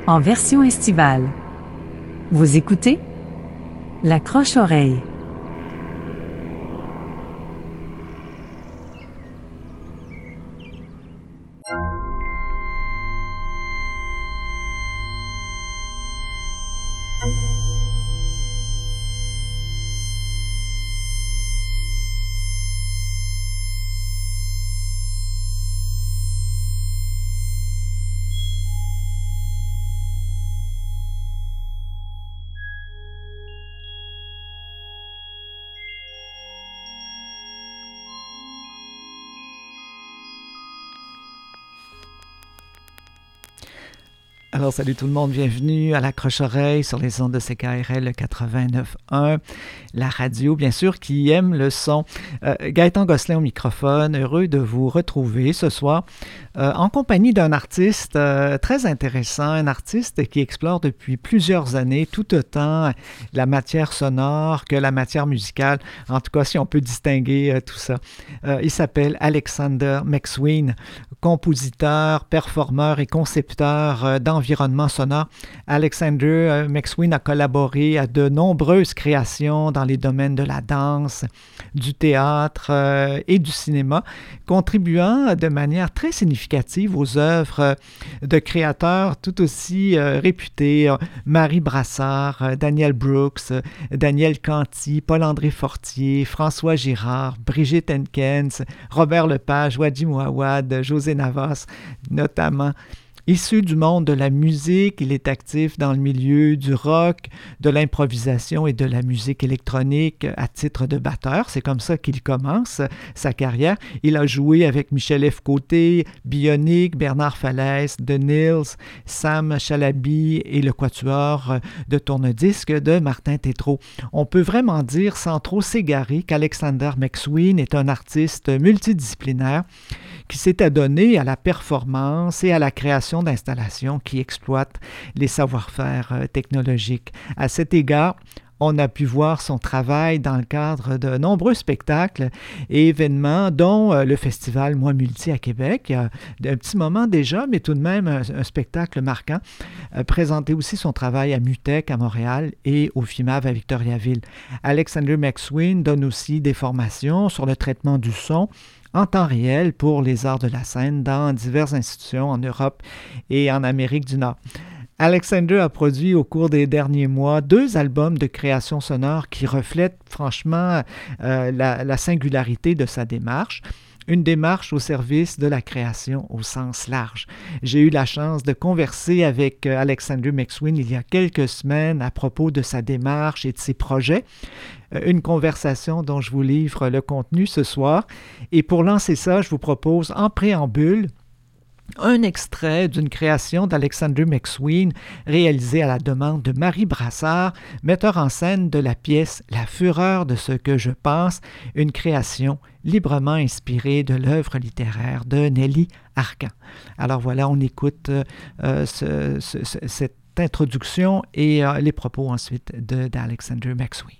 en version estivale. Vous écoutez L'Accroche-Oreille. Alors, salut tout le monde, bienvenue à l'Accroche-Oreille sur les ondes de CKRL 89.1, la radio, bien sûr, qui aime le son. Gaëtan Gosselin au microphone, heureux de vous retrouver ce soir en compagnie d'un artiste très intéressant, un artiste qui explore depuis plusieurs années tout autant la matière sonore que la matière musicale, en tout cas si on peut distinguer tout ça. Il s'appelle Alexander McSween, compositeur, performeur et concepteur d'environnement sonore. Alexander McSween a collaboré à de nombreuses créations dans les domaines de la danse, du théâtre et du cinéma, contribuant de manière très significative aux œuvres de créateurs tout aussi réputés, Marie Brassard, Daniel Brooks, Daniel Canty, Paul-André Fortier, François Girard, Brigitte Henkens, Robert Lepage, Wadji Mouawad, José Navas, notamment. Issu du monde de la musique, il est actif dans le milieu du rock, de l'improvisation et de la musique électronique à titre de batteur. C'est comme ça qu'il commence sa carrière. Il a joué avec Michel F. Côté, Bionic, Bernard Falaise, The Nils, Sam Chalabi et le quatuor de tourne-disque de Martin Tétrault. On peut vraiment dire, sans trop s'égarer, qu'Alexander McSween est un artiste multidisciplinaire qui s'est adonné à la performance et à la création d'installations qui exploitent les savoir-faire technologiques. À cet égard, on a pu voir son travail dans le cadre de nombreux spectacles et événements, dont le festival Moi Multi à Québec, il y a un petit moment déjà, mais tout de même un spectacle marquant. Présenté aussi son travail à MUTEC à Montréal et au FIMAV à Victoriaville. Alexander McSween donne aussi des formations sur le traitement du son en temps réel pour les arts de la scène dans diverses institutions en Europe et en Amérique du Nord. Alexander a produit au cours des derniers mois 2 albums de création sonore qui reflètent franchement la singularité de sa démarche. Une démarche au service de la création au sens large. J'ai eu la chance de converser avec Alexander McSween il y a quelques semaines à propos de sa démarche et de ses projets. Une conversation dont je vous livre le contenu ce soir. Et pour lancer ça, je vous propose en préambule un extrait d'une création d'Alexander McSween réalisée à la demande de Marie Brassard, metteur en scène de la pièce « La fureur de ce que je pense », une création librement inspirée de l'œuvre littéraire de Nelly Arcan. Alors voilà, on écoute cette introduction et les propos ensuite d'Alexander McSween.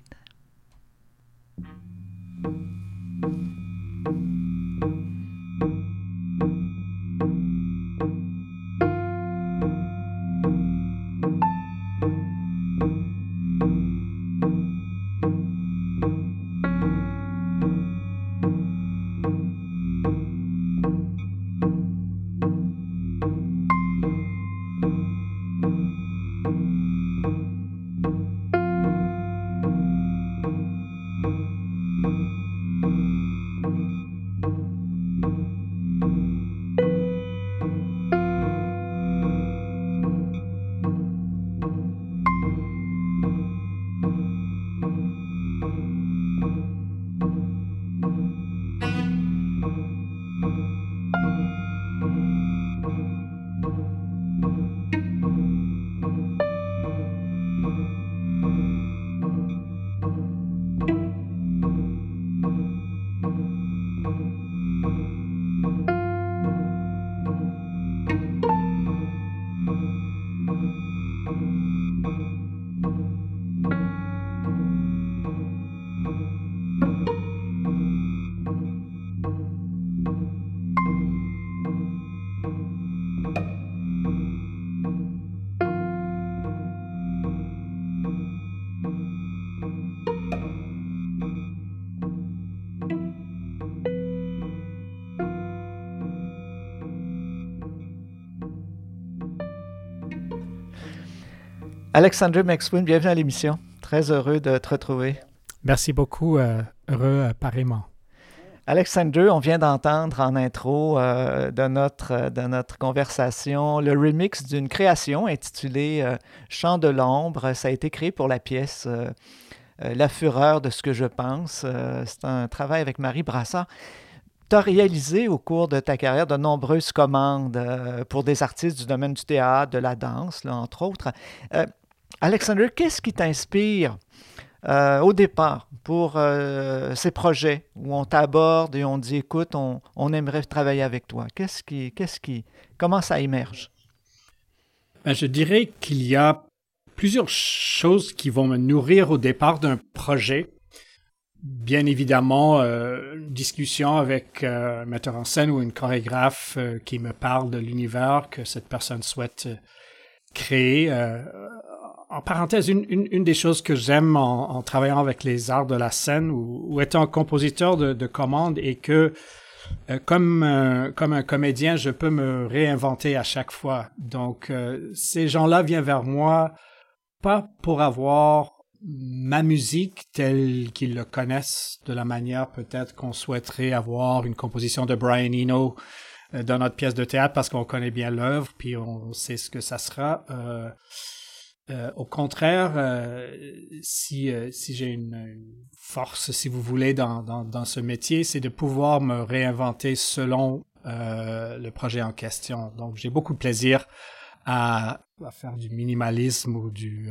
Alexander McSween, bienvenue à l'émission. Très heureux de te retrouver. Merci beaucoup, heureux pareillement. Alexander, on vient d'entendre en intro de notre conversation le remix d'une création intitulée Chant de l'ombre. Ça a été créé pour la pièce La fureur de ce que je pense. C'est un travail avec Marie Brassard. Tu as réalisé au cours de ta carrière de nombreuses commandes pour des artistes du domaine du théâtre, de la danse, là, entre autres. Alexander, qu'est-ce qui t'inspire au départ pour ces projets où on t'aborde et on dit écoute, on aimerait travailler avec toi? Comment ça émerge? Je dirais qu'il y a plusieurs choses qui vont me nourrir au départ d'un projet. Bien évidemment, une discussion avec un metteur en scène ou une chorégraphe qui me parle de l'univers que cette personne souhaite créer. En parenthèse, une des choses que j'aime en travaillant avec les arts de la scène ou étant compositeur de commandes est que comme un comédien, je peux me réinventer à chaque fois. Donc, ces gens-là viennent vers moi pas pour avoir ma musique telle qu'ils le connaissent, de la manière peut-être qu'on souhaiterait avoir une composition de Brian Eno dans notre pièce de théâtre parce qu'on connaît bien l'œuvre puis on sait ce que ça sera. Au contraire, si j'ai une force, si vous voulez, dans ce métier, c'est de pouvoir me réinventer selon le projet en question. Donc, j'ai beaucoup de plaisir à faire du minimalisme ou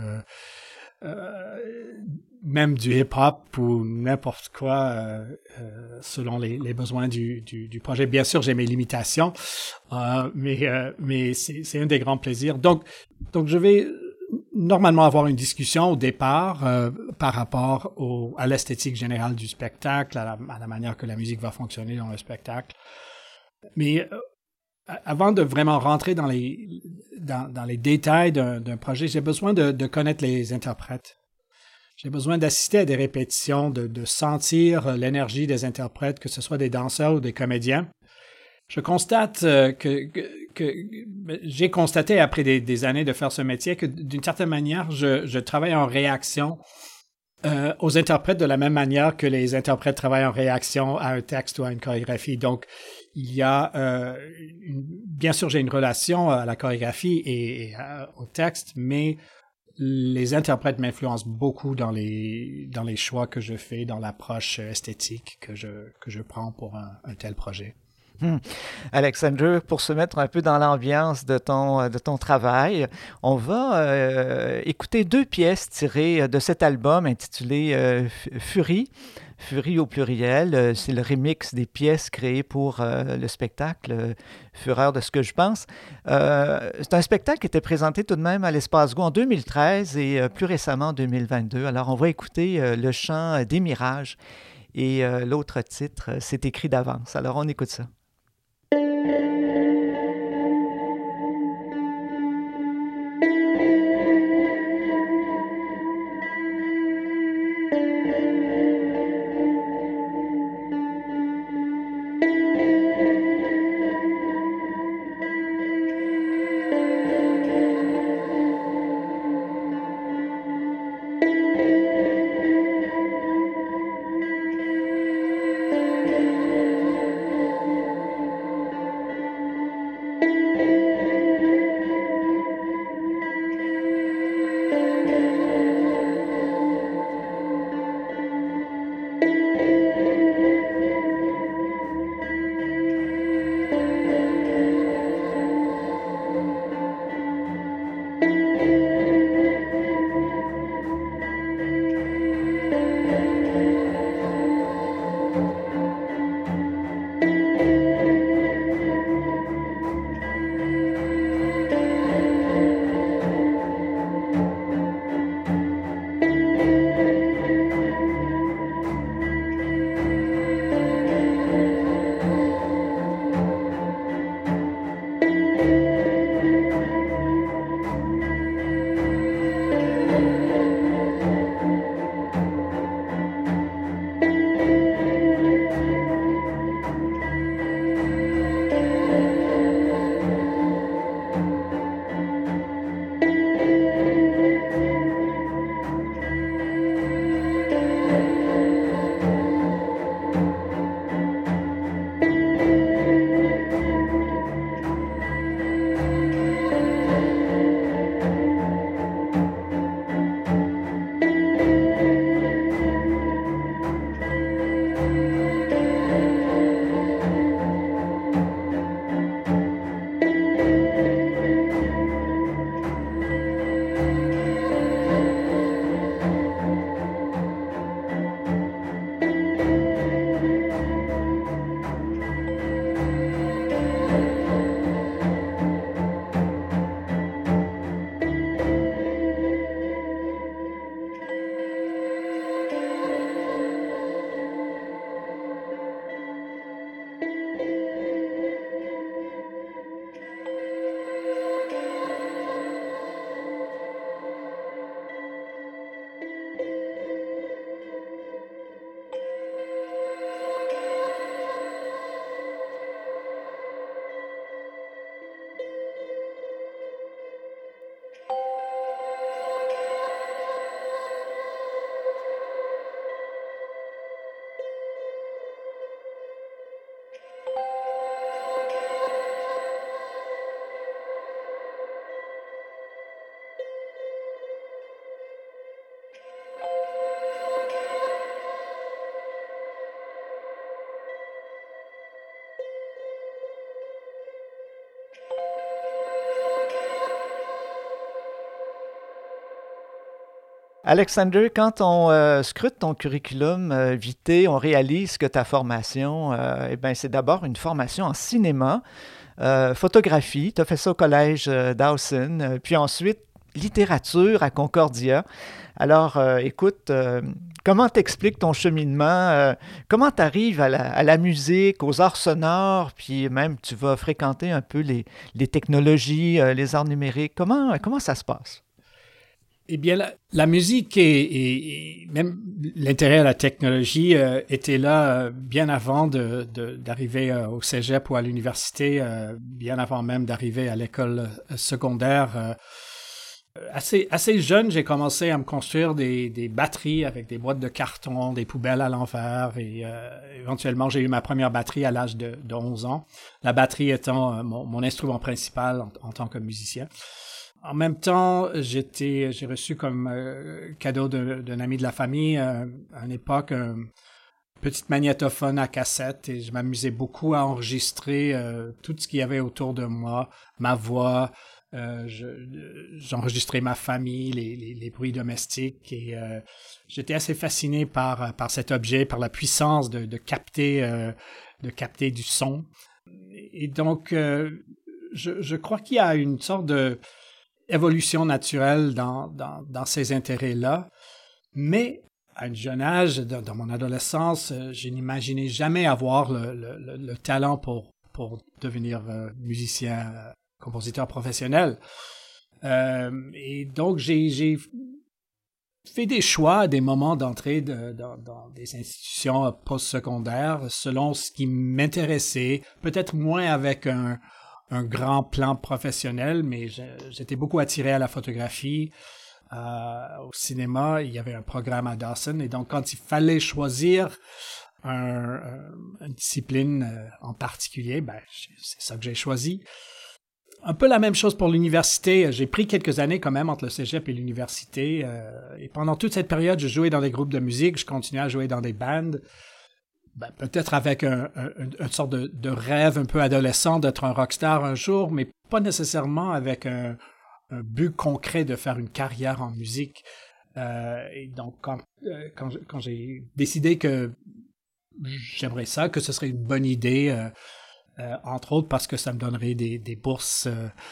même du hip-hop ou n'importe quoi selon les besoins du projet. Bien sûr, j'ai mes limitations, mais c'est un des grands plaisirs. Donc je vais normalement avoir une discussion au départ par rapport à l'esthétique générale du spectacle, à la manière que la musique va fonctionner dans le spectacle. Mais avant de vraiment rentrer dans les détails d'un projet, j'ai besoin de connaître les interprètes. J'ai besoin d'assister à des répétitions, de sentir l'énergie des interprètes, que ce soit des danseurs ou des comédiens. Je constate que j'ai constaté après des années de faire ce métier que d'une certaine manière, je travaille en réaction aux interprètes de la même manière que les interprètes travaillent en réaction à un texte ou à une chorégraphie. Donc, il y a bien sûr, j'ai une relation à la chorégraphie et au texte, mais les interprètes m'influencent beaucoup dans les choix que je fais, dans l'approche esthétique que je prends pour un tel projet. Alexander, pour se mettre un peu dans l'ambiance de ton travail, on va écouter 2 pièces tirées de cet album intitulé Furie. Furie au pluriel, c'est le remix des pièces créées pour le spectacle Fureur de ce que je pense. C'est un spectacle qui était présenté tout de même à l'Espace Go en 2013 et plus récemment en 2022. Alors on va écouter le chant des mirages et l'autre titre, c'est écrit d'avance. Alors on écoute ça. Alexander, quand on scrute ton curriculum vitae, on réalise que ta formation, c'est d'abord une formation en cinéma, photographie, tu as fait ça au collège Dawson, puis ensuite littérature à Concordia. Alors, écoute, comment t'expliques ton cheminement? Comment tu arrives à la musique, aux arts sonores, puis même tu vas fréquenter un peu les technologies, les arts numériques. Comment ça se passe? Eh bien, la musique et même l'intérêt à la technologie était là bien avant d'arriver au cégep ou à l'université, bien avant même d'arriver à l'école secondaire. Assez jeune, j'ai commencé à me construire des batteries avec des boîtes de carton, des poubelles à l'envers et éventuellement, j'ai eu ma première batterie à l'âge de 11 ans. La batterie étant mon instrument principal en tant que musicien. En même temps, j'ai reçu comme cadeau d'un ami de la famille à une époque un petit magnétophone à cassette et je m'amusais beaucoup à enregistrer tout ce qu'il y avait autour de moi, ma voix. J'enregistrais ma famille, les bruits domestiques et j'étais assez fasciné par cet objet, par la puissance de capter du son. Et donc, je crois qu'il y a une sorte de évolution naturelle dans ces intérêts-là, mais à un jeune âge, dans mon adolescence, je n'imaginais jamais avoir le talent pour devenir musicien, compositeur professionnel. Et donc, j'ai fait des choix à des moments d'entrée dans des institutions postsecondaires selon ce qui m'intéressait, peut-être moins avec un grand plan professionnel, mais j'étais beaucoup attiré à la photographie, au cinéma. Il y avait un programme à Dawson, et donc quand il fallait choisir une discipline en particulier, c'est ça que j'ai choisi. Un peu la même chose pour l'université. J'ai pris quelques années quand même entre le cégep et l'université, et pendant toute cette période, je jouais dans des groupes de musique, je continuais à jouer dans des bands. Peut-être avec une sorte de rêve un peu adolescent d'être un rockstar un jour, mais pas nécessairement avec un but concret de faire une carrière en musique. Et donc, quand j'ai décidé que j'aimerais ça, que ce serait une bonne idée, entre autres parce que ça me donnerait des bourses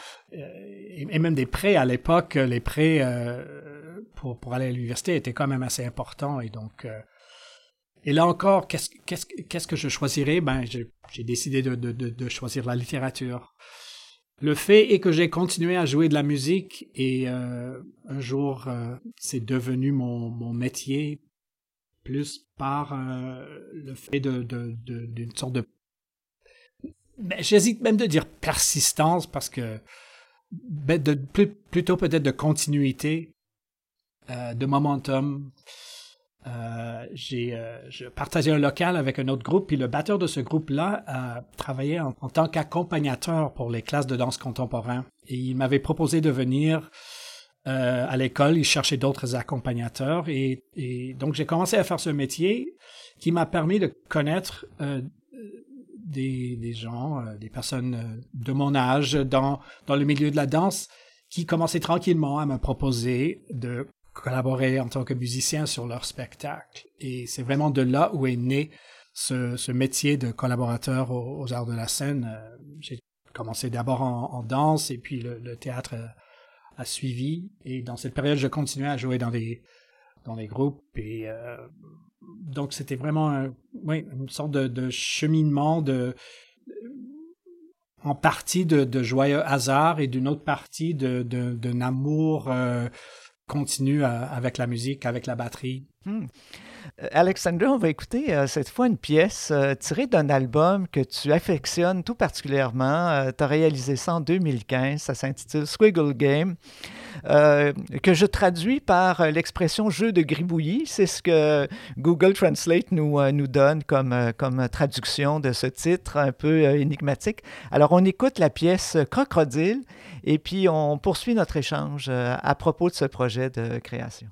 et même des prêts à l'époque, les prêts pour aller à l'université étaient quand même assez importants et donc... Et là encore, qu'est-ce que je choisirais? J'ai décidé de choisir la littérature. Le fait est que j'ai continué à jouer de la musique et un jour, c'est devenu mon métier plus par le fait d'une sorte de... J'hésite même de dire persistance parce que plutôt peut-être de continuité, de momentum. Je partageais un local avec un autre groupe, puis le batteur de ce groupe-là travaillait en tant qu'accompagnateur pour les classes de danse contemporain. Et il m'avait proposé de venir à l'école, il cherchait d'autres accompagnateurs. Et donc, j'ai commencé à faire ce métier qui m'a permis de connaître des gens, des personnes de mon âge dans le milieu de la danse qui commençaient tranquillement à me proposer de collaborer en tant que musicien sur leur spectacle. Et c'est vraiment de là où est né ce métier de collaborateur aux arts de la scène. J'ai commencé d'abord en danse et puis le théâtre a suivi. Et dans cette période, je continuais à jouer dans des groupes. Et donc, c'était vraiment une sorte de cheminement en partie de joyeux hasard et d'une autre partie d'un amour continue avec la musique, avec la batterie. Alexander, on va écouter cette fois une pièce tirée d'un album que tu affectionnes tout particulièrement. Tu as réalisé ça en 2015, ça s'intitule Squiggle Game, que je traduis par l'expression jeu de gribouillis. C'est ce que Google Translate nous donne comme traduction de ce titre un peu énigmatique. Alors, on écoute la pièce Crocodile et puis on poursuit notre échange à propos de ce projet de création.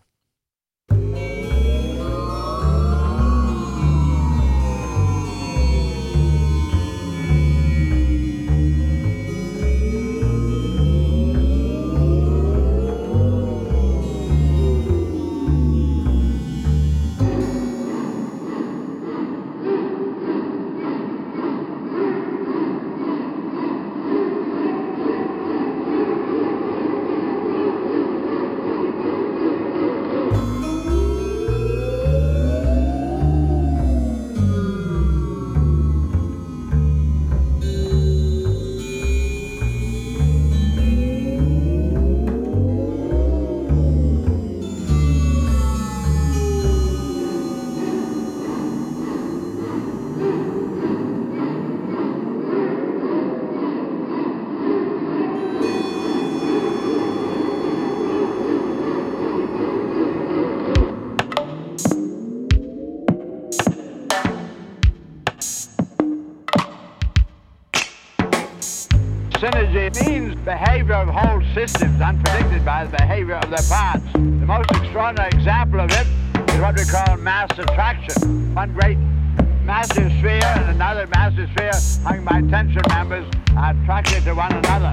synergy means behavior of whole systems unpredicted by the behavior of their parts. The most extraordinary example of it is what we call mass attraction. One great massive sphere and another massive sphere hung by tension members are attracted to one another.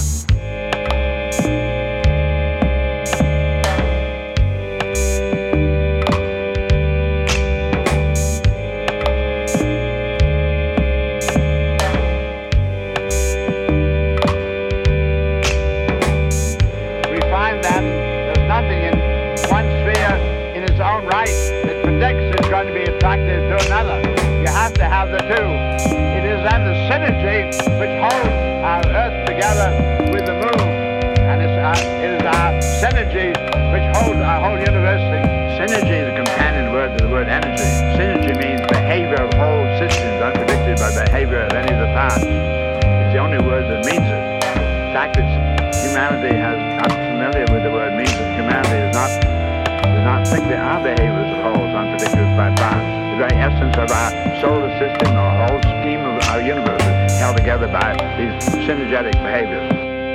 Going to be attracted to another. You have to have the two. It is then the synergy which holds our Earth together with the Moon, and it is our synergy which holds our whole universe. Synergy is a companion word to the word energy. Synergy means behavior of whole systems unpredicted by behavior of any of the parts. It's the only word that means it. In fact, humanity has got familiar with the word means that humanity does not think there are behaviors of wholes unpredicted by parts. The very essence of our solar system, or whole scheme of our universe, is held together by these synergetic behaviors.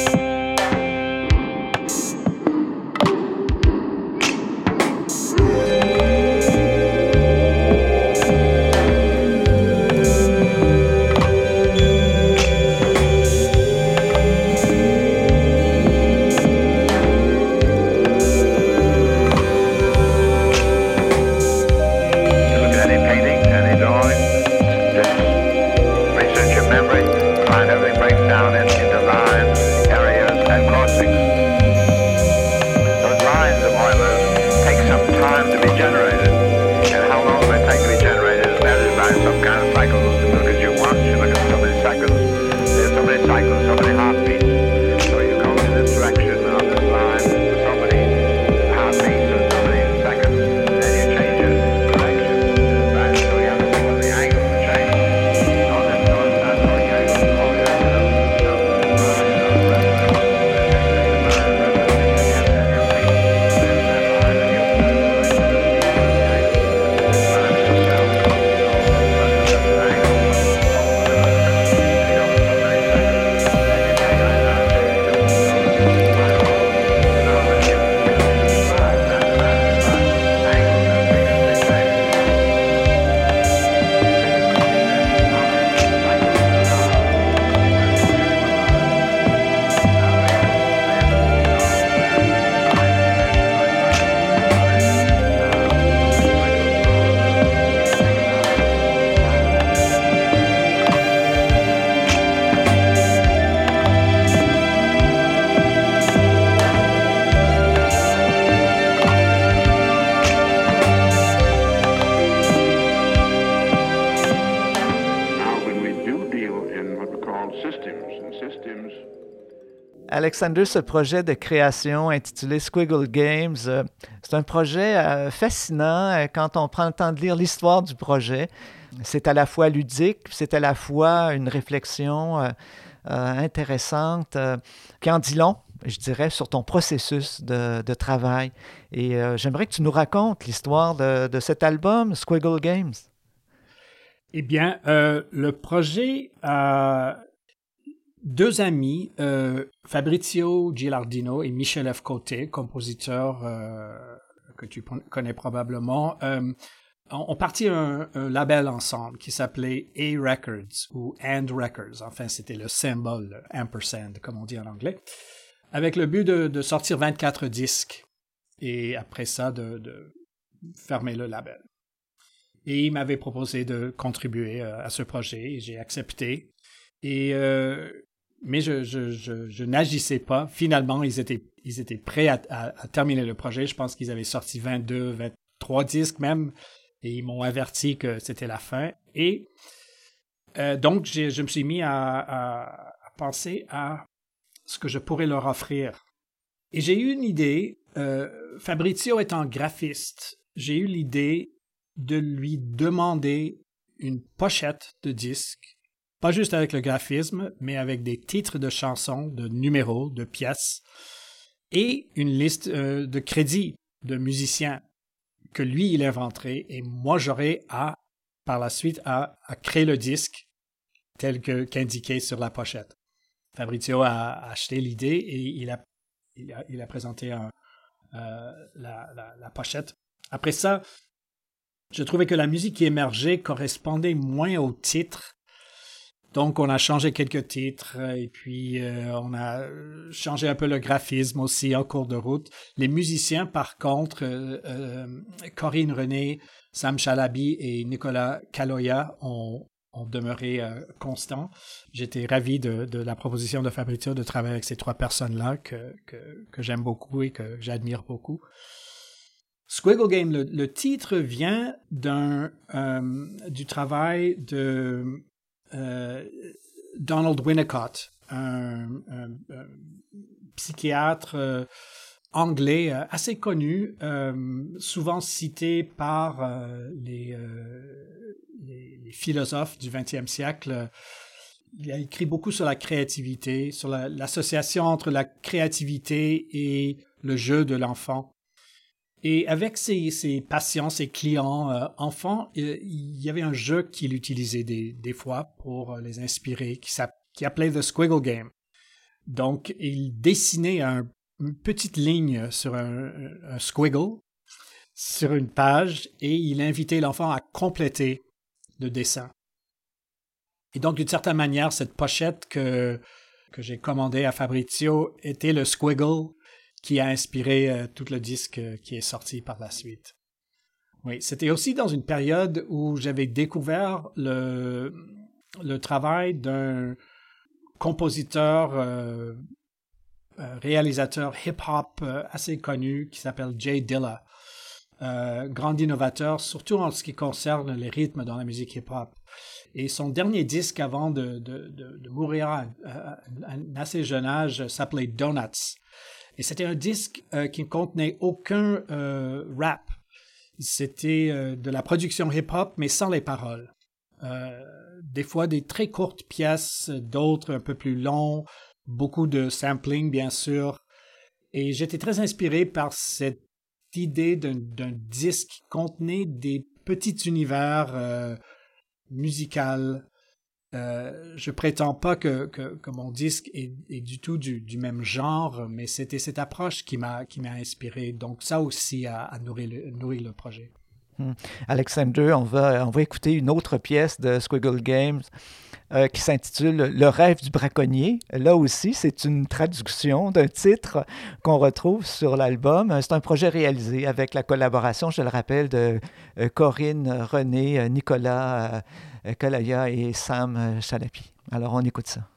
Alexander, ce projet de création intitulé Squiggle Games, c'est un projet fascinant quand on prend le temps de lire l'histoire du projet. C'est à la fois ludique, c'est à la fois une réflexion intéressante qui en dit long, je dirais, sur ton processus de travail. Et j'aimerais que tu nous racontes l'histoire de cet album, Squiggle Games. Eh bien, le projet... deux amis, Fabrizio Gilardino et Michel F. Côté, compositeurs que tu connais probablement, ont parti un label ensemble qui s'appelait A Records ou And Records. Enfin, c'était le symbole, ampersand, comme on dit en anglais, avec le but de sortir 24 disques et après ça, de fermer le label. Et ils m'avaient proposé de contribuer à ce projet et j'ai accepté. Mais je n'agissais pas. Finalement, ils étaient prêts à terminer le projet. Je pense qu'ils avaient sorti 22, 23 disques même. Et ils m'ont averti que c'était la fin. Et donc, je me suis mis à penser à ce que je pourrais leur offrir. Et j'ai eu une idée. Fabrizio étant graphiste, j'ai eu l'idée de lui demander une pochette de disques. Pas juste avec le graphisme, mais avec des titres de chansons, de numéros, de pièces, et une liste de crédits de musiciens que lui, il inventerait, et moi, j'aurais par la suite, à créer le disque tel qu'indiqué sur la pochette. Fabrizio a acheté l'idée et il a présenté la pochette. Après ça, je trouvais que la musique qui émergeait correspondait moins au titre. Donc, on a changé quelques titres et puis on a changé un peu le graphisme aussi en cours de route. Les musiciens, par contre, Corinne René, Sam Chalabi et Nicolas Kaloya ont demeuré constants. J'étais ravi de la proposition de Fabrizio de travailler avec ces 3 personnes-là que j'aime beaucoup et que j'admire beaucoup. Squiggle Game, le titre vient du travail de Donald Winnicott, un psychiatre anglais assez connu, souvent cité par les philosophes du 20e siècle. Il a écrit beaucoup sur la créativité, sur l'association entre la créativité et le jeu de l'enfant. Et avec ses patients, ses clients enfants, il y avait un jeu qu'il utilisait des fois pour les inspirer, qui appelait The Squiggle Game. Donc, il dessinait une petite ligne sur un squiggle, sur une page, et il invitait l'enfant à compléter le dessin. Et donc, d'une certaine manière, cette pochette que j'ai commandée à Fabrizio était le squiggle qui a inspiré tout le disque qui est sorti par la suite. Oui, c'était aussi dans une période où j'avais découvert le travail d'un compositeur, réalisateur hip-hop assez connu qui s'appelle Jay Dilla, grand innovateur, surtout en ce qui concerne les rythmes dans la musique hip-hop. Et son dernier disque avant de mourir à un assez jeune âge s'appelait Donuts. Et c'était un disque qui ne contenait aucun rap. C'était de la production hip-hop, mais sans les paroles. Des fois, des très courtes pièces, d'autres un peu plus longs, beaucoup de sampling, bien sûr. Et j'étais très inspiré par cette idée d'un disque qui contenait des petits univers musicaux. Je prétends pas que mon disque est du tout du même genre, mais c'était cette approche qui m'a inspiré. Donc ça aussi a nourri le projet. Alexander, on va écouter une autre pièce de Squiggle Games qui s'intitule « Le rêve du braconnier ». Là aussi, c'est une traduction d'un titre qu'on retrouve sur l'album. C'est un projet réalisé avec la collaboration, je le rappelle, de Corinne René, Nicolas Kalaya et Sam Chalabi. Alors, on écoute ça.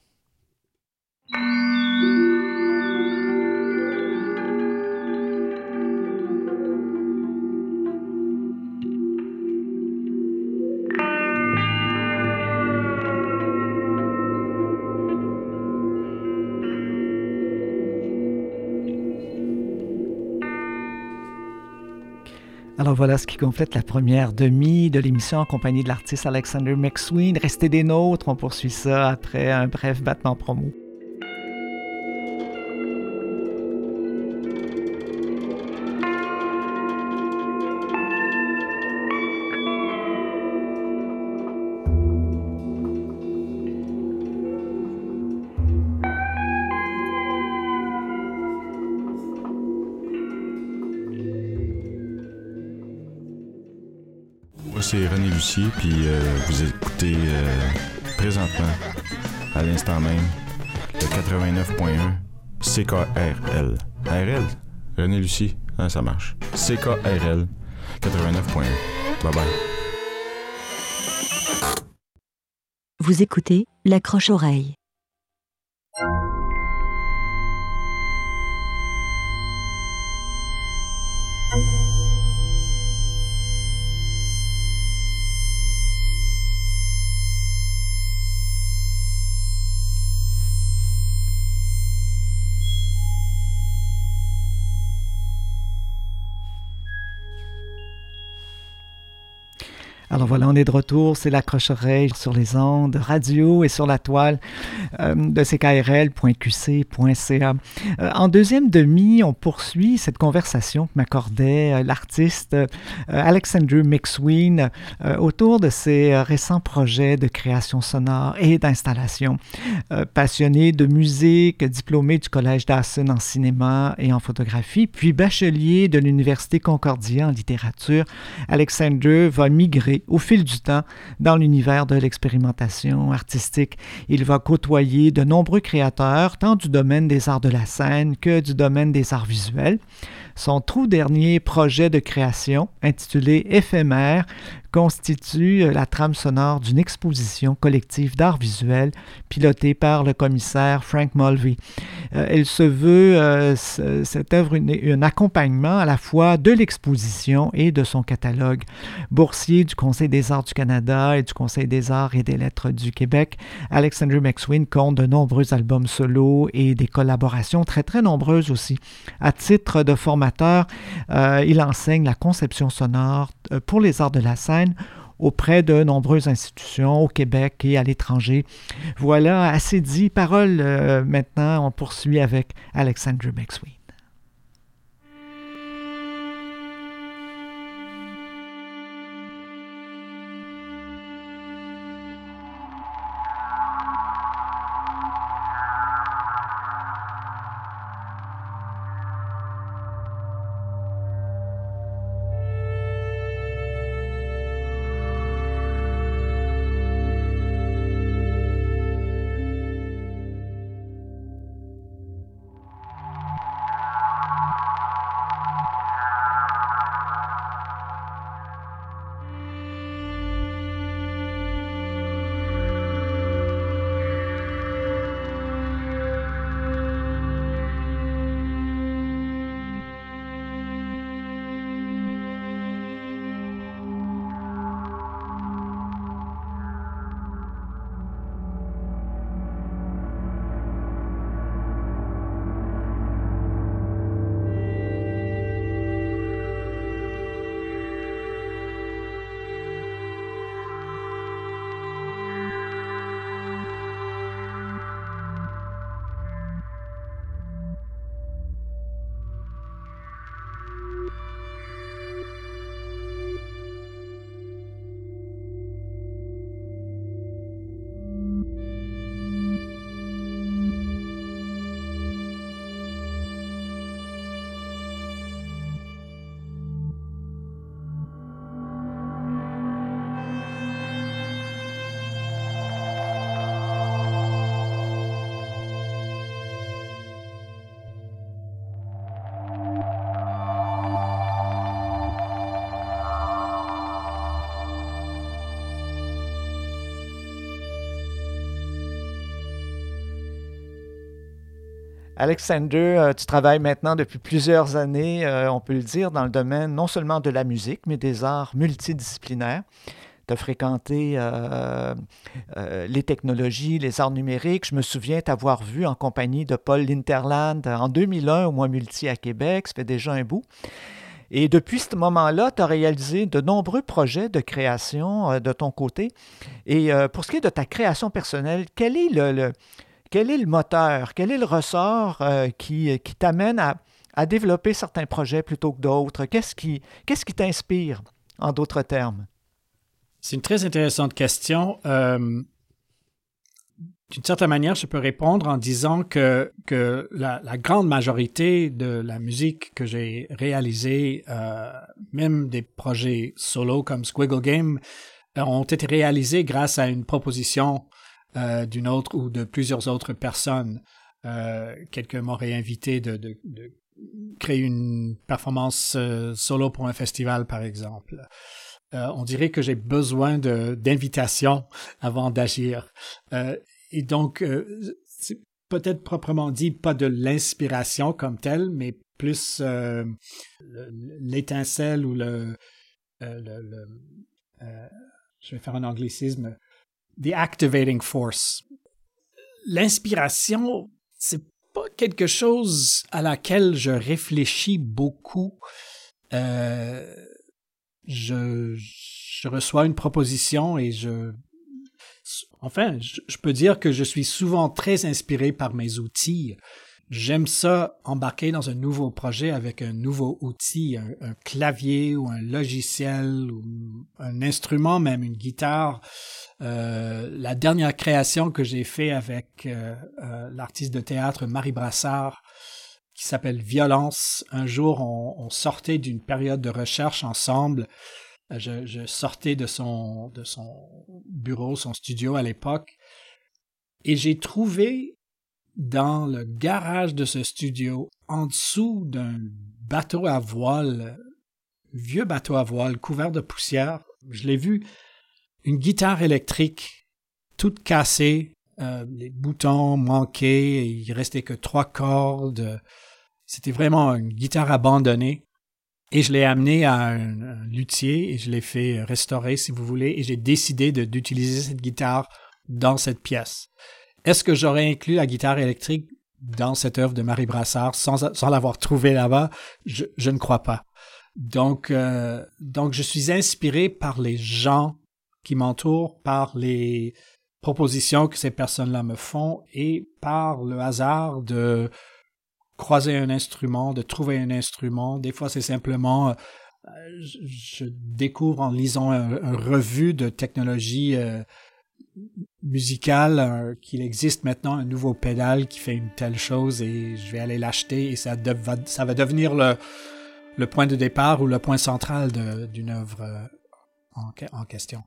Alors voilà ce qui complète la première demi de l'émission en compagnie de l'artiste Alexander McSween. Restez des nôtres, on poursuit ça après un bref battement promo. C'est René Lucier, puis vous écoutez présentement, à l'instant même, le 89.1 CKRL. RL? René Lucier, hein, ça marche. CKRL 89.1. Bye bye. Vous écoutez L'Accroche-Oreille. Alors voilà, on est de retour, c'est l'accroche-oreille sur les ondes radio et sur la toile de ckrl.qc.ca. En deuxième demi, on poursuit cette conversation que m'accordait l'artiste Alexander McSween autour de ses récents projets de création sonore et d'installation. Passionné de musique, diplômé du Collège Dawson en cinéma et en photographie, puis bachelier de l'Université Concordia en littérature, Alexander va migrer au fil du temps dans l'univers de l'expérimentation artistique. Il va côtoyer de nombreux créateurs, tant du domaine des arts de la scène que du domaine des arts visuels. Son tout dernier projet de création, intitulé Éphémère, constitue la trame sonore d'une exposition collective d'art visuel pilotée par le commissaire Frank Mulvey. Elle se veut, cette œuvre, un accompagnement à la fois de l'exposition et de son catalogue. Boursier du Conseil des arts du Canada et du Conseil des arts et des lettres du Québec, Alexander McSween compte de nombreux albums solo et des collaborations très très nombreuses aussi. À titre de formateur, il enseigne la conception sonore pour les arts de la scène auprès de nombreuses institutions au Québec et à l'étranger. Voilà, assez dit. Parole maintenant, on poursuit avec Alexander McSween. Alexander, tu travailles maintenant depuis plusieurs années, on peut le dire, dans le domaine non seulement de la musique, mais des arts multidisciplinaires. Tu as fréquenté les technologies, les arts numériques. Je me souviens t'avoir vu en compagnie de Paul Linterland en 2001 au Mois Multi à Québec. Ça fait déjà un bout. Et depuis ce moment-là, tu as réalisé de nombreux projets de création de ton côté. Et pour ce qui est de ta création personnelle, quel est le moteur, quel est le ressort qui t'amène à développer certains projets plutôt que d'autres? Qu'est-ce qui t'inspire, en d'autres termes? C'est une très intéressante question. D'une certaine manière, je peux répondre en disant que la grande majorité de la musique que j'ai réalisée, même des projets solo comme Squiggle Game, ont été réalisés grâce à une proposition d'une autre ou de plusieurs autres personnes. Quelqu'un m'aurait invité de créer une performance solo pour un festival, par exemple. On dirait que j'ai besoin d'invitation avant d'agir. Et donc, c'est peut-être proprement dit pas de l'inspiration comme telle, mais plus l'étincelle ou je vais faire un anglicisme, the activating force. L'inspiration, c'est pas quelque chose à laquelle je réfléchis beaucoup. je reçois une proposition et je peux dire que je suis souvent très inspiré par mes outils. J'aime ça embarquer dans un nouveau projet avec un nouveau outil, un clavier ou un logiciel ou un instrument, même une guitare. La dernière création que j'ai fait avec l'artiste de théâtre Marie Brassard, qui s'appelle Violence. Un jour, on sortait d'une période de recherche ensemble. Je sortais de son bureau, son studio à l'époque, et j'ai trouvé dans le garage de ce studio, en dessous d'un bateau à voile, vieux bateau à voile couvert de poussière, je l'ai vu, une guitare électrique toute cassée, les boutons manquaient, il restait que 3 cordes. C'était vraiment une guitare abandonnée. Et je l'ai amené à un luthier et je l'ai fait restaurer, si vous voulez, et j'ai décidé d'utiliser cette guitare dans cette pièce. Est-ce que j'aurais inclus la guitare électrique dans cette œuvre de Marie Brassard sans l'avoir trouvée là-bas? Je ne crois pas. Donc, je suis inspiré par les gens qui m'entourent, par les propositions que ces personnes-là me font et par le hasard de croiser un instrument, de trouver un instrument. Des fois, c'est simplement, je découvre en lisant un revue de technologie musicale qu'il existe maintenant un nouveau pédale qui fait une telle chose et je vais aller l'acheter et ça va devenir le point de départ ou le point central d'une œuvre en question.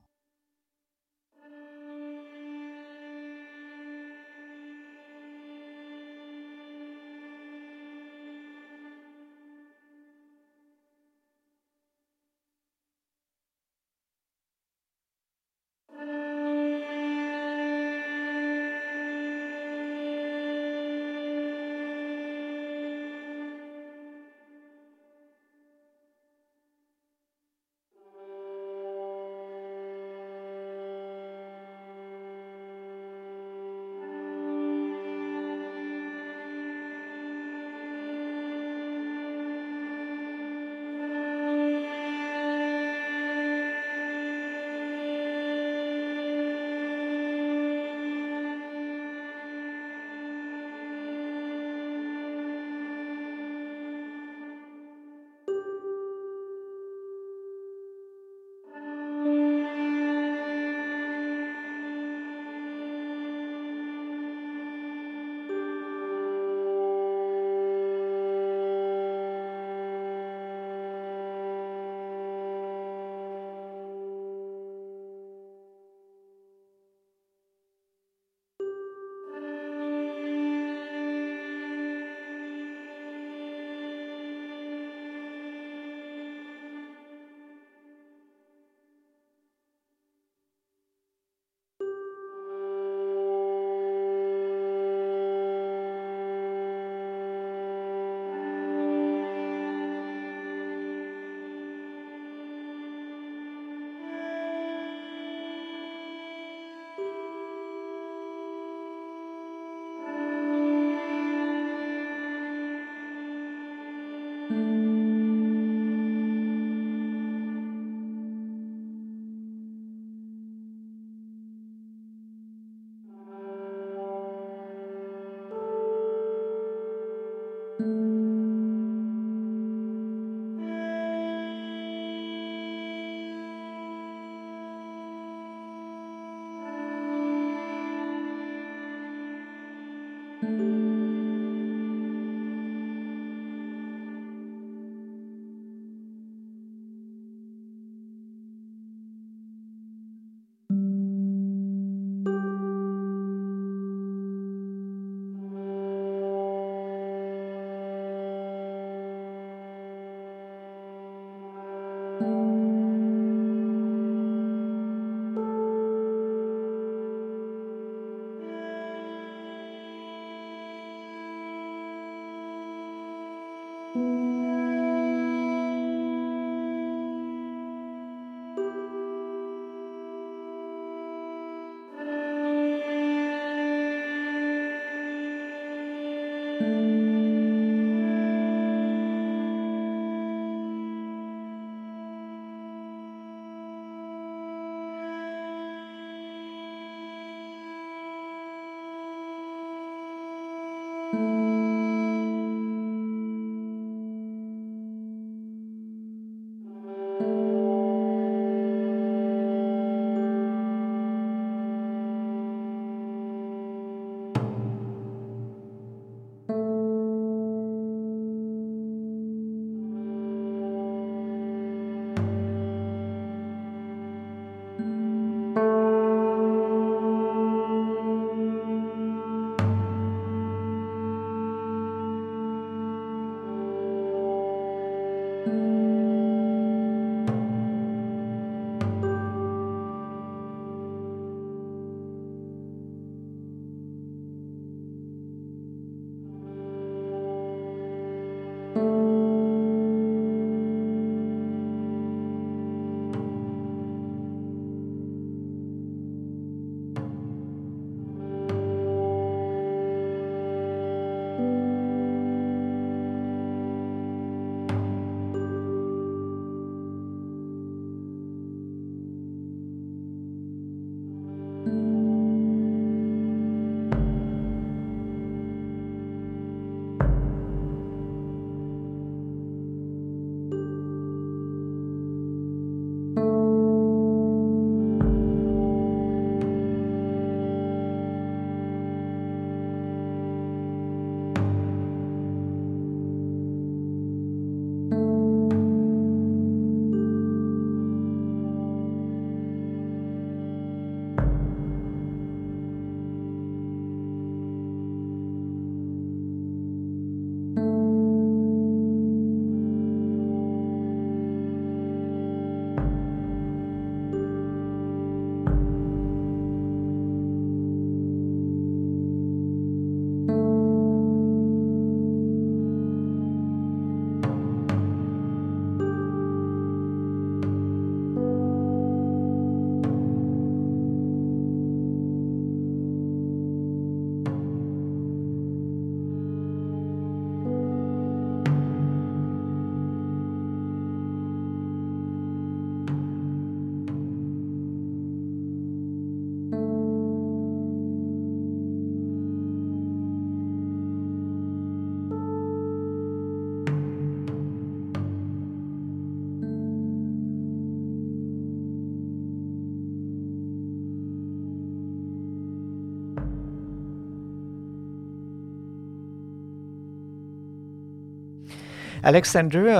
Alexander,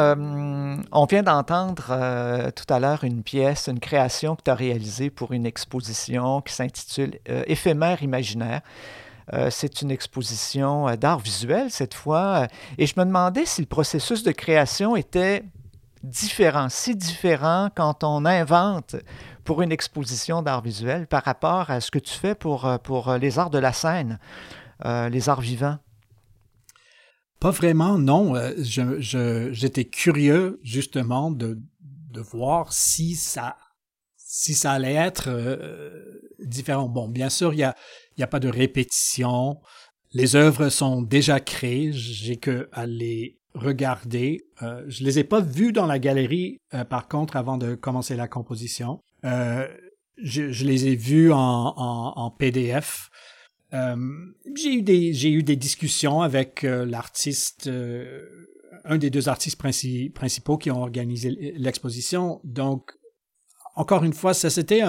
on vient d'entendre tout à l'heure une pièce, une création que tu as réalisée pour une exposition qui s'intitule Éphémère imaginaire. C'est une exposition d'art visuel cette fois. Et je me demandais si le processus de création était différent, si différent quand on invente pour une exposition d'art visuel par rapport à ce que tu fais pour les arts de la scène, les arts vivants. Pas vraiment, non. J'étais curieux justement de voir si ça allait être différent. Bon, bien sûr, il y a pas de répétition. Les œuvres sont déjà créées. J'ai que à les regarder. Je les ai pas vues dans la galerie, par contre, avant de commencer la composition. Je les ai vues en PDF. J'ai eu des discussions avec l'artiste, un des deux artistes principaux qui ont organisé l'exposition. Donc, encore une fois, c'est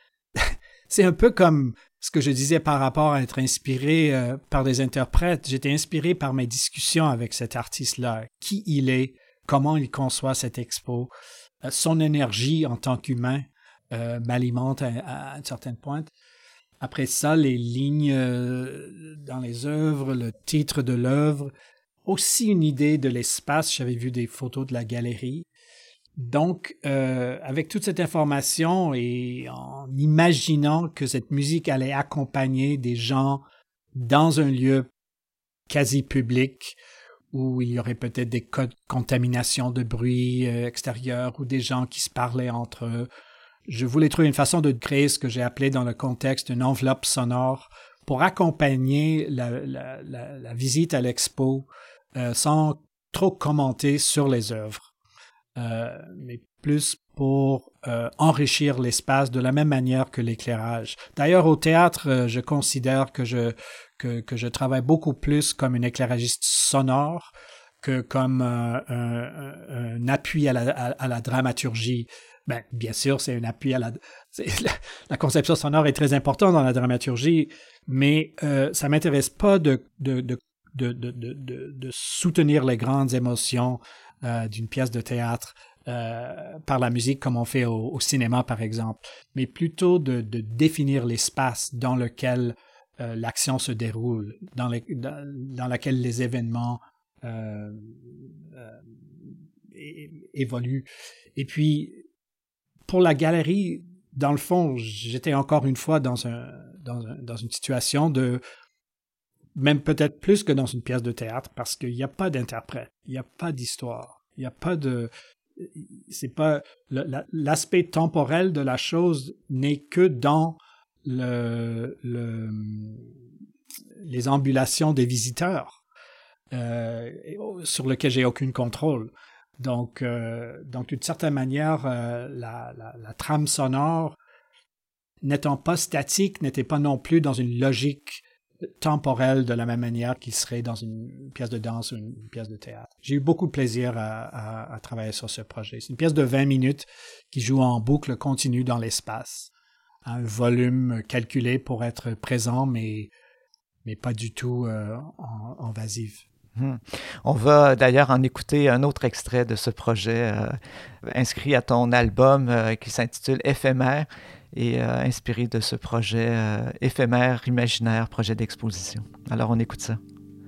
un peu comme ce que je disais par rapport à être inspiré par des interprètes. J'étais inspiré par mes discussions avec cet artiste-là, qui il est, comment il conçoit cette expo, son énergie en tant qu'humain m'alimente à une certaine pointe. Après ça, les lignes dans les œuvres, le titre de l'œuvre, aussi une idée de l'espace. J'avais vu des photos de la galerie. Donc, avec toute cette information et en imaginant que cette musique allait accompagner des gens dans un lieu quasi public où il y aurait peut-être des cas de contamination de bruit extérieur ou des gens qui se parlaient entre eux, je voulais trouver une façon de créer ce que j'ai appelé dans le contexte une enveloppe sonore pour accompagner la visite à l'expo sans trop commenter sur les œuvres, mais plus pour enrichir l'espace de la même manière que l'éclairage. D'ailleurs, au théâtre, je considère que je travaille beaucoup plus comme un éclairagiste sonore que comme un appui à la dramaturgie. Ben, bien sûr, c'est un appui à la conception sonore est très importante dans la dramaturgie, mais ça m'intéresse pas de soutenir les grandes émotions d'une pièce de théâtre par la musique comme on fait au cinéma, par exemple, mais plutôt de définir l'espace dans lequel l'action se déroule, dans lequel les événements évoluent. Et puis, pour la galerie, dans le fond, j'étais encore une fois dans une situation de, même peut-être plus que dans une pièce de théâtre, parce qu'il n'y a pas d'interprète, il n'y a pas d'histoire, il n'y a pas de... C'est pas... L'aspect temporel de la chose n'est que dans les ambulations des visiteurs, sur lesquels j'ai aucun contrôle. Donc, d'une certaine manière, la trame sonore, n'étant pas statique, n'était pas non plus dans une logique temporelle de la même manière qu'il serait dans une pièce de danse ou une pièce de théâtre. J'ai eu beaucoup de plaisir à travailler sur ce projet. C'est une pièce de 20 minutes qui joue en boucle continue dans l'espace, à un volume calculé pour être présent, mais pas du tout invasif. On va d'ailleurs en écouter un autre extrait de ce projet inscrit à ton album qui s'intitule Éphémère et inspiré de ce projet éphémère, imaginaire, projet d'exposition. Alors on écoute ça.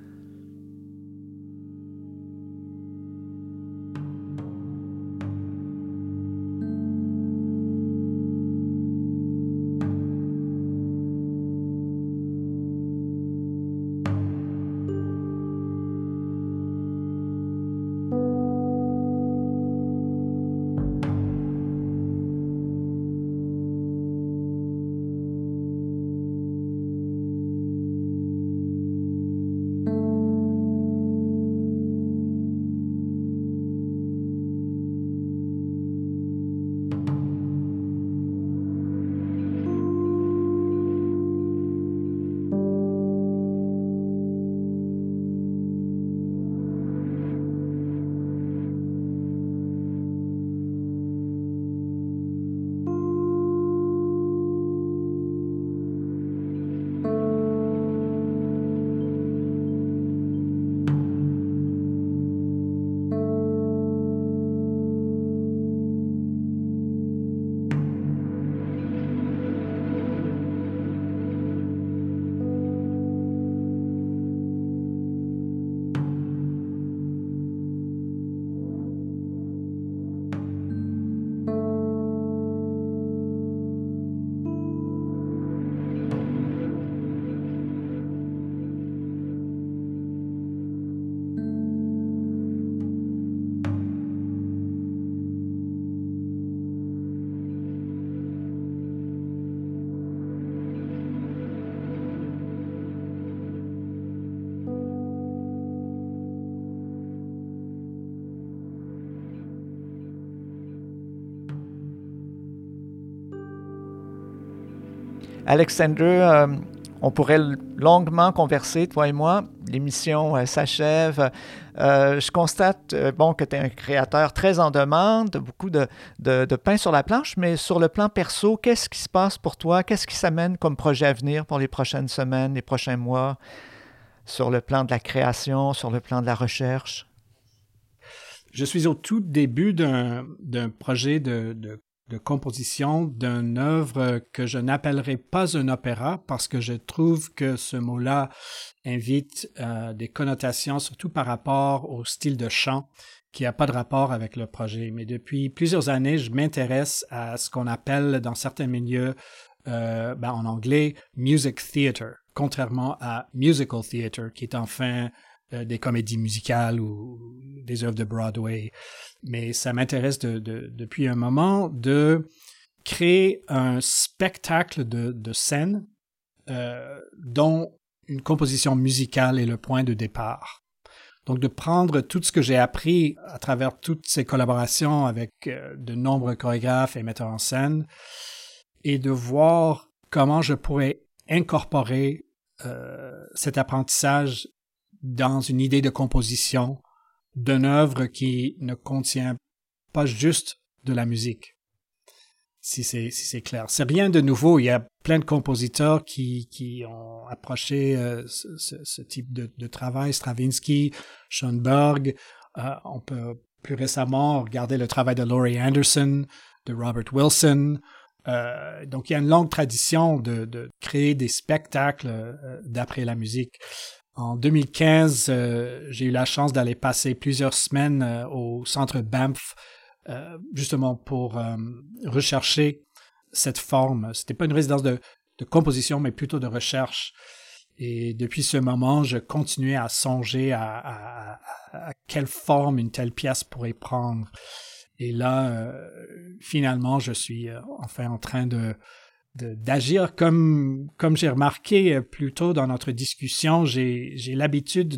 Alexander, on pourrait longuement converser, toi et moi. L'émission s'achève. Je constate que tu es un créateur très en demande, beaucoup de pain sur la planche, mais sur le plan perso, qu'est-ce qui se passe pour toi? Qu'est-ce qui s'amène comme projet à venir pour les prochaines semaines, les prochains mois, sur le plan de la création, sur le plan de la recherche? Je suis au tout début d'un projet de composition d'une œuvre que je n'appellerai pas un opéra parce que je trouve que ce mot-là invite des connotations, surtout par rapport au style de chant qui n'a pas de rapport avec le projet. Mais depuis plusieurs années, je m'intéresse à ce qu'on appelle dans certains milieux, en anglais, music theater, contrairement à musical theater, qui est enfin des comédies musicales ou des œuvres de Broadway. Mais ça m'intéresse depuis un moment de créer un spectacle de scène dont une composition musicale est le point de départ. Donc, de prendre tout ce que j'ai appris à travers toutes ces collaborations avec de nombreux chorégraphes et metteurs en scène et de voir comment je pourrais incorporer cet apprentissage dans une idée de composition d'une œuvre qui ne contient pas juste de la musique, si c'est clair. C'est rien de nouveau. Il y a plein de compositeurs qui ont approché ce type de travail. Stravinsky, Schoenberg. On peut plus récemment regarder le travail de Laurie Anderson, de Robert Wilson. Donc, il y a une longue tradition de créer des spectacles d'après la musique. En 2015, j'ai eu la chance d'aller passer plusieurs semaines au centre Banff, justement pour rechercher cette forme. C'était pas une résidence de composition, mais plutôt de recherche. Et depuis ce moment, je continuais à songer à quelle forme une telle pièce pourrait prendre. Et là, finalement, je suis enfin en train d'agir comme j'ai remarqué plus tôt dans notre discussion. J'ai l'habitude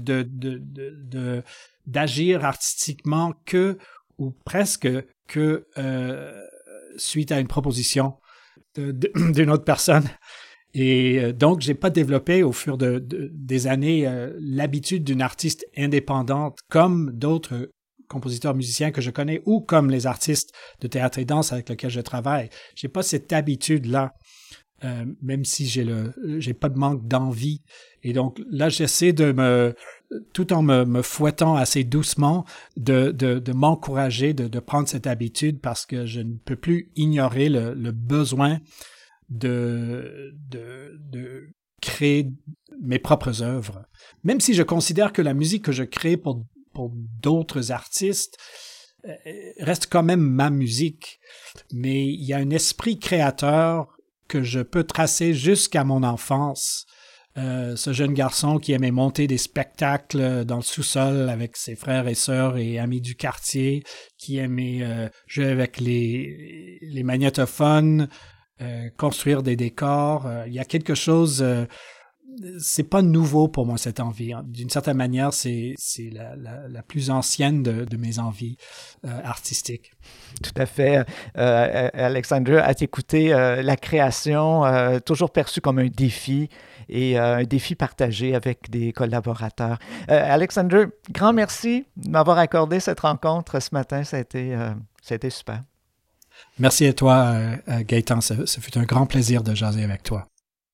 d'agir artistiquement ou presque que suite à une proposition d'une autre personne. Et donc, j'ai pas développé au fur des années l'habitude d'une artiste indépendante comme d'autres compositeurs musiciens que je connais ou comme les artistes de théâtre et danse avec lesquels je travaille. J'ai pas cette habitude-là, même si j'ai pas de manque d'envie. Et donc là, j'essaie tout en me fouettant assez doucement, de m'encourager de prendre cette habitude parce que je ne peux plus ignorer le besoin de créer mes propres œuvres. Même si je considère que la musique que je crée pour d'autres artistes reste quand même ma musique, mais il y a un esprit créateur que je peux tracer jusqu'à mon enfance. Ce jeune garçon qui aimait monter des spectacles dans le sous-sol avec ses frères et sœurs et amis du quartier, qui aimait jouer avec les magnétophones, construire des décors. Il y a quelque chose... c'est pas nouveau pour moi, cette envie. D'une certaine manière, c'est la plus ancienne de mes envies artistiques. Tout à fait. Alexandre, à t'écouter, la création, toujours perçue comme un défi et un défi partagé avec des collaborateurs. Alexandre, grand merci de m'avoir accordé cette rencontre ce matin. Ça a été super. Merci à toi, Gaëtan. Ce fut un grand plaisir de jaser avec toi.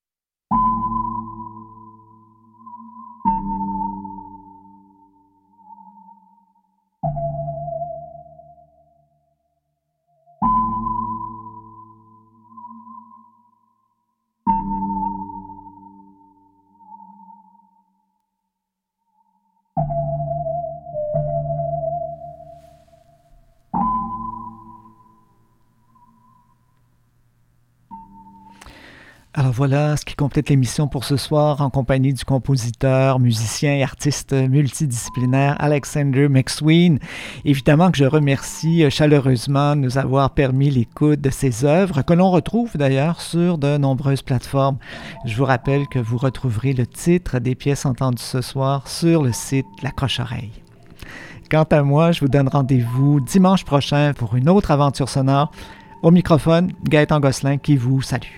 Alors voilà ce qui complète l'émission pour ce soir en compagnie du compositeur, musicien et artiste multidisciplinaire Alexander McSween. Évidemment que je remercie chaleureusement de nous avoir permis l'écoute de ses œuvres que l'on retrouve d'ailleurs sur de nombreuses plateformes. Je vous rappelle que vous retrouverez le titre des pièces entendues ce soir sur le site La Croche-Oreille. Quant à moi, je vous donne rendez-vous dimanche prochain pour une autre aventure sonore. Au microphone, Gaëtan Gosselin qui vous salue.